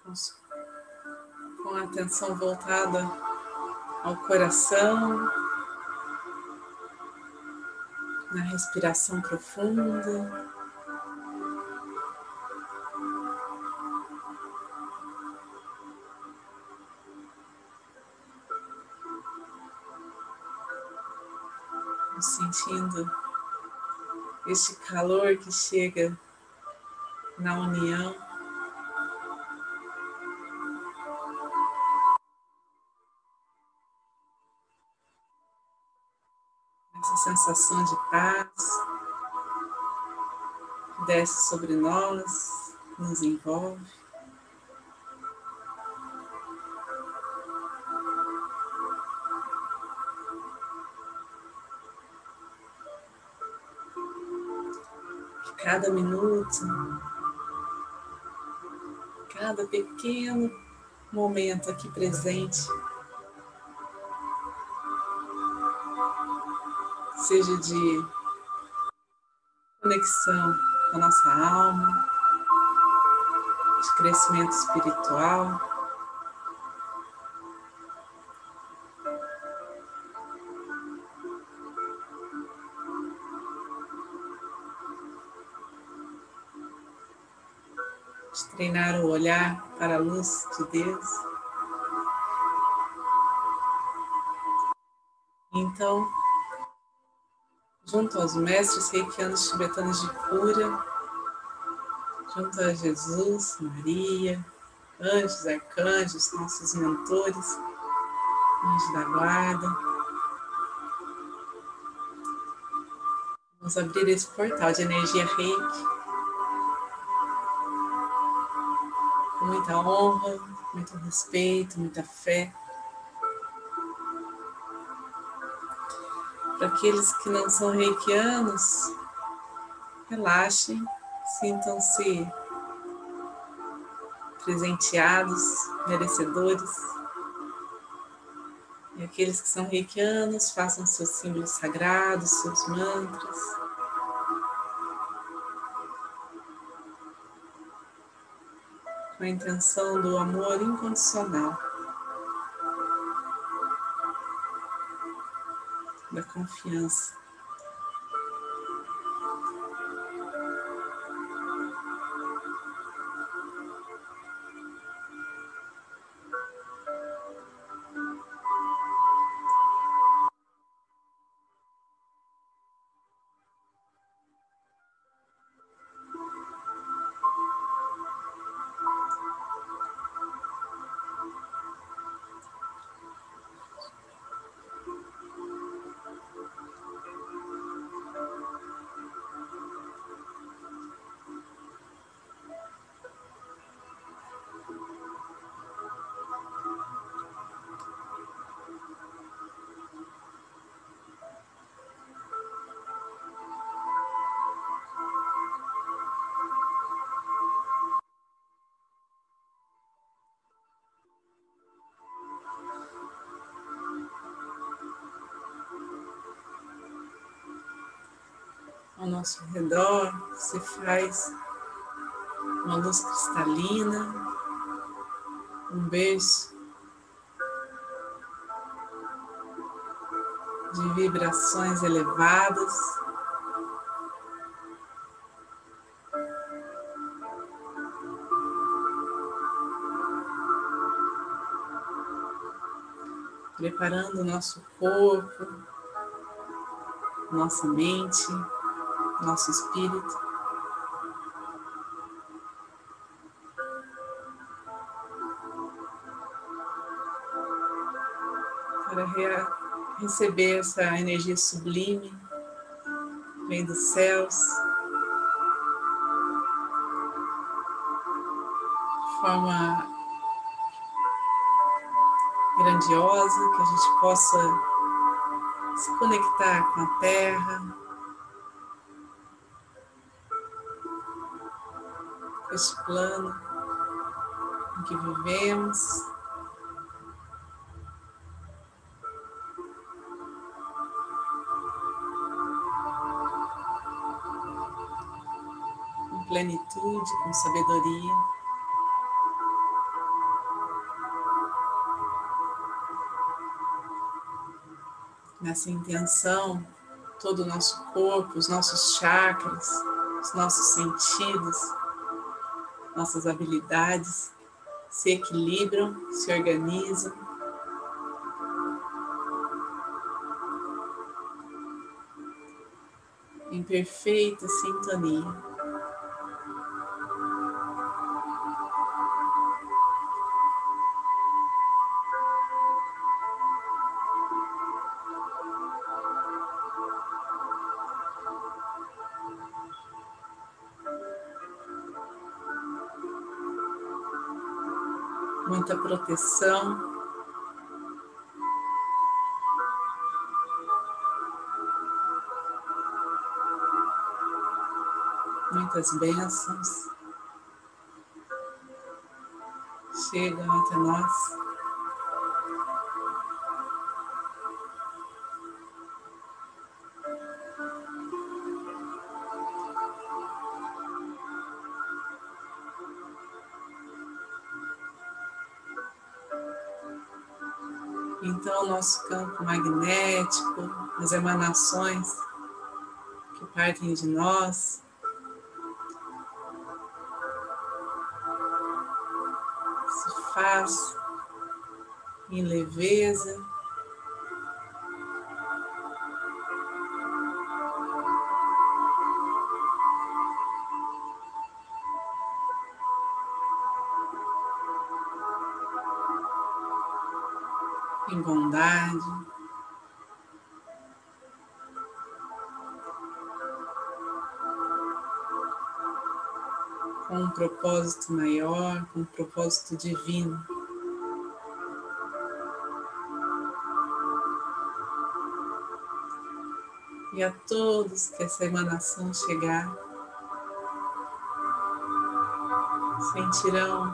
com a atenção voltada ao coração, na respiração profunda. Sentindo este calor que chega na união. Essa sensação de paz que desce sobre nós, nos envolve. Cada minuto, cada pequeno momento aqui presente, seja de conexão com a nossa alma, de crescimento espiritual, de treinar o olhar para a luz de Deus. Então, junto aos mestres reikianos tibetanos de cura, junto a Jesus, Maria, anjos, arcanjos, nossos mentores, anjos da guarda, vamos abrir esse portal de energia Reiki com muita honra, muito respeito, muita fé. Para aqueles que não são reikianos, relaxem, sintam-se presenteados, merecedores. E aqueles que são reikianos, façam seus símbolos sagrados, seus mantras. Com a intenção do amor incondicional, da confiança. Ao nosso redor se faz uma luz cristalina, um berço de vibrações elevadas. Preparando o nosso corpo, nossa mente, nosso espírito para receber essa energia sublime, vem dos céus, de forma grandiosa, que a gente possa se conectar com a Terra, com este plano em que vivemos. Com plenitude, com sabedoria. Nessa intenção, todo o nosso corpo, os nossos chakras, os nossos sentidos, nossas habilidades se equilibram, se organizam. Em perfeita sintonia. Muita proteção. Muitas bênçãos chegam até nós. Então, o nosso campo magnético, as emanações que partem de nós, se faz em leveza, em bondade. Com um propósito maior, com um propósito divino. E a todos que essa emanação chegar, sentirão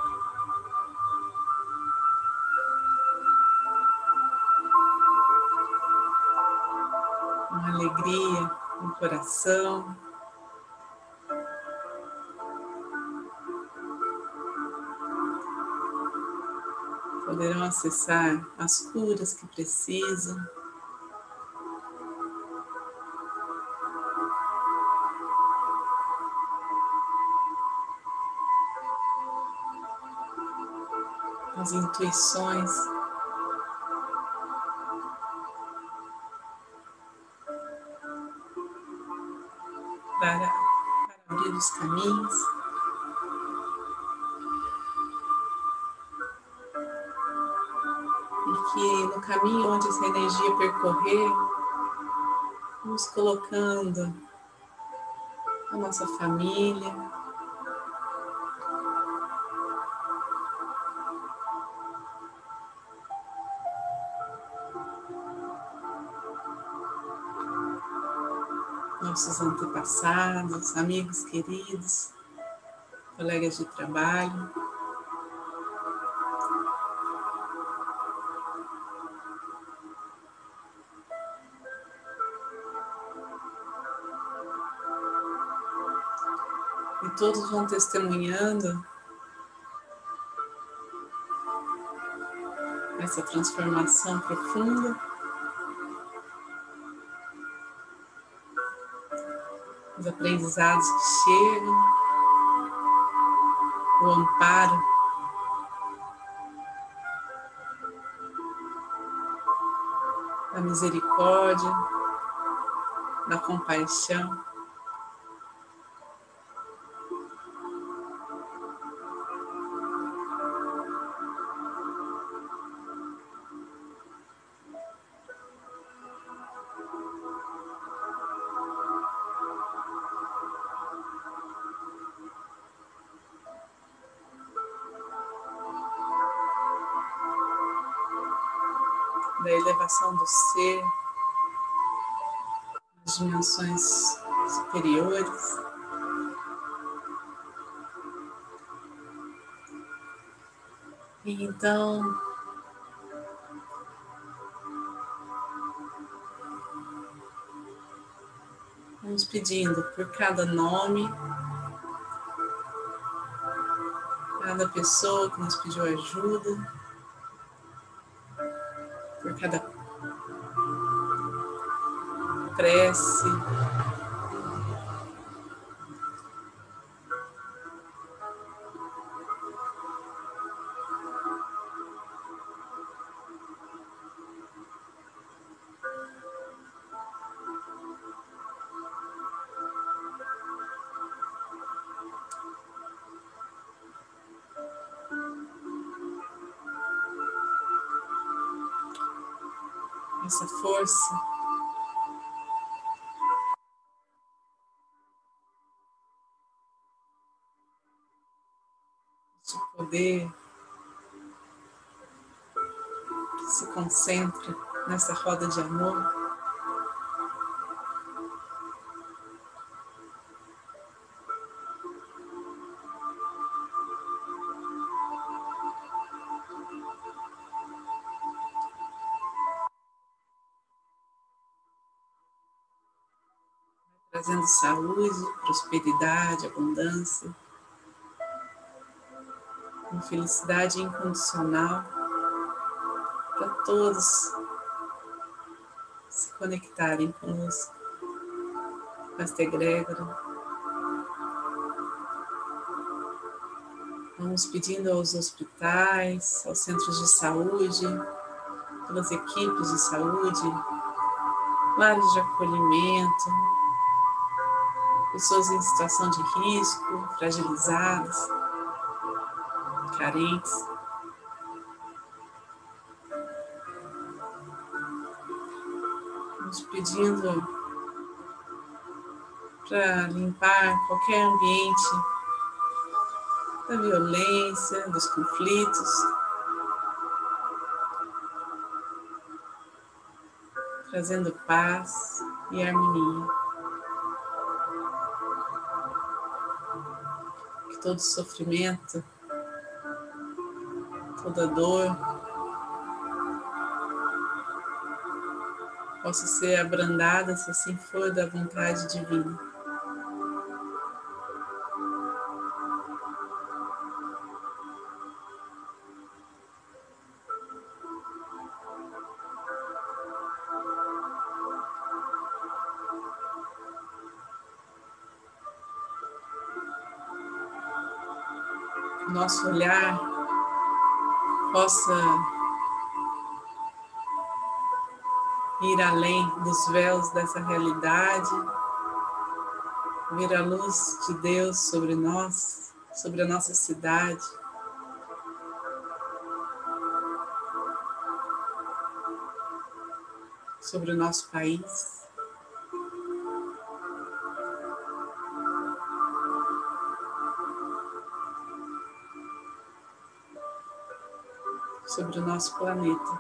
uma alegria no coração. Poderão acessar as curas que precisam. As intuições para abrir os caminhos. E que no caminho onde essa energia percorrer, vamos colocando a nossa família, nossos antepassados, amigos queridos, colegas de trabalho. E todos vão testemunhando essa transformação profunda. Os aprendizados que chegam, o amparo, da misericórdia, da compaixão. Da elevação do ser, das dimensões superiores. E então, vamos pedindo por cada nome, cada pessoa que nos pediu ajuda, por cada prece. Essa força de poder que se concentra nessa roda de amor. Trazendo saúde, prosperidade, abundância, uma felicidade incondicional para todos se conectarem conosco, com esta egrégora. Vamos pedindo aos hospitais, aos centros de saúde, pelas equipes de saúde, lares de acolhimento, pessoas em situação de risco, fragilizadas, carentes. Vamos pedindo para limpar qualquer ambiente da violência, dos conflitos, trazendo paz e harmonia. Que todo sofrimento, toda dor possa ser abrandada, se assim for, da vontade divina. Nosso olhar possa ir além dos véus dessa realidade, ver a luz de Deus sobre nós, sobre a nossa cidade, sobre o nosso país. Sobre o nosso planeta.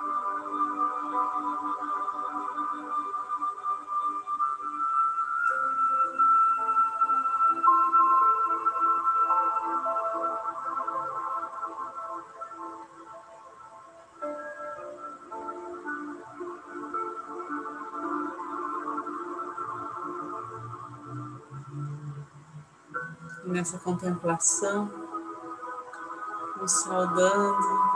E nessa contemplação, nos saudando,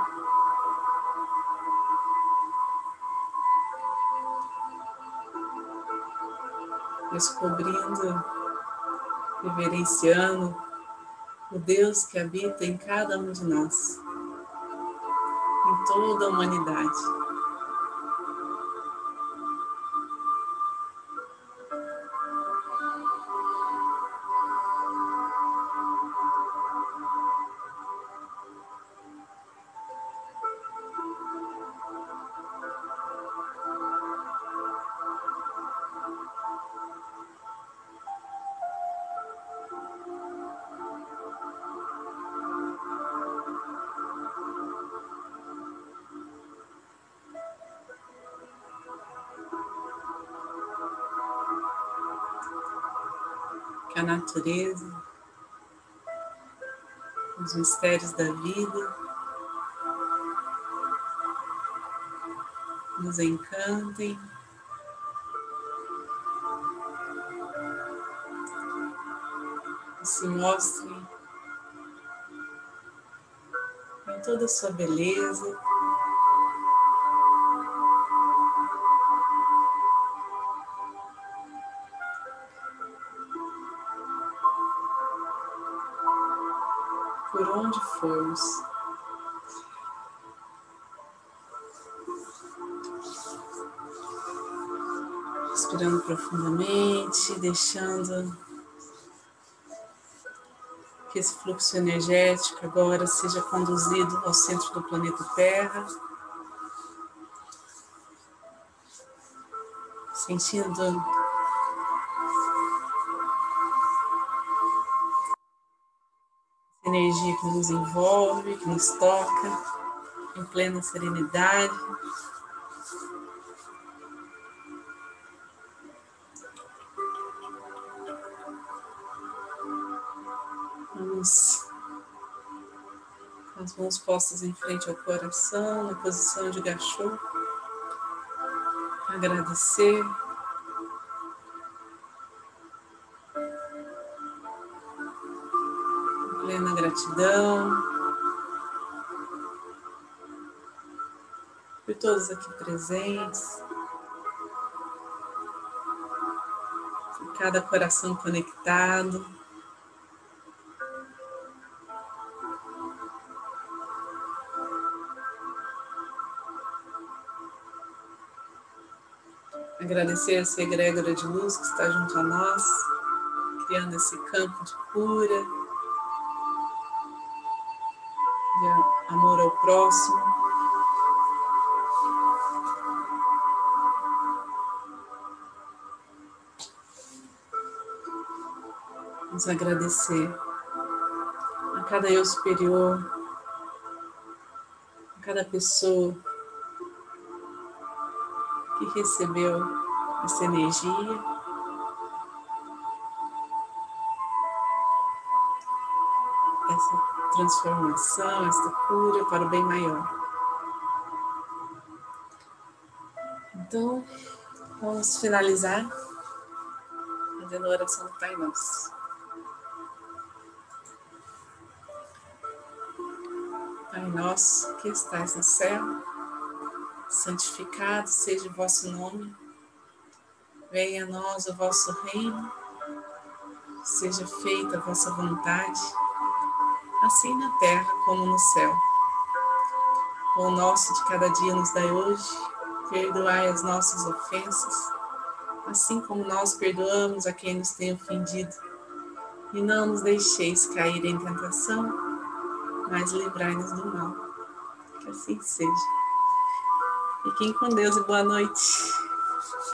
descobrindo, reverenciando o Deus que habita em cada um de nós, em toda a humanidade. Que a natureza, os mistérios da vida nos encantem, e se mostrem em toda a sua beleza, onde formos. Respirando profundamente, deixando que esse fluxo energético agora seja conduzido ao centro do planeta Terra, sentindo a energia que nos envolve, que nos toca, em plena serenidade. Vamos com as mãos postas em frente ao coração, na posição de gachô, agradecer. Plena gratidão por todos aqui presentes, por cada coração conectado. Agradecer essa egrégora de luz que está junto a nós, criando esse campo de cura, de amor ao próximo. Vamos agradecer a cada eu superior, a cada pessoa que recebeu essa energia, essa transformação, essa cura para o bem maior. Então, vamos finalizar fazendo a oração do Pai Nosso. Pai nosso, que estais no céu, santificado seja o vosso nome. Venha a nós o vosso reino, seja feita a vossa vontade, assim na terra como no céu. O pão nosso de cada dia nos dai hoje, perdoai as nossas ofensas, assim como nós perdoamos a quem nos tem ofendido. E não nos deixeis cair em tentação, mas livrai-nos do mal. Que assim seja. Fiquem com Deus e boa noite.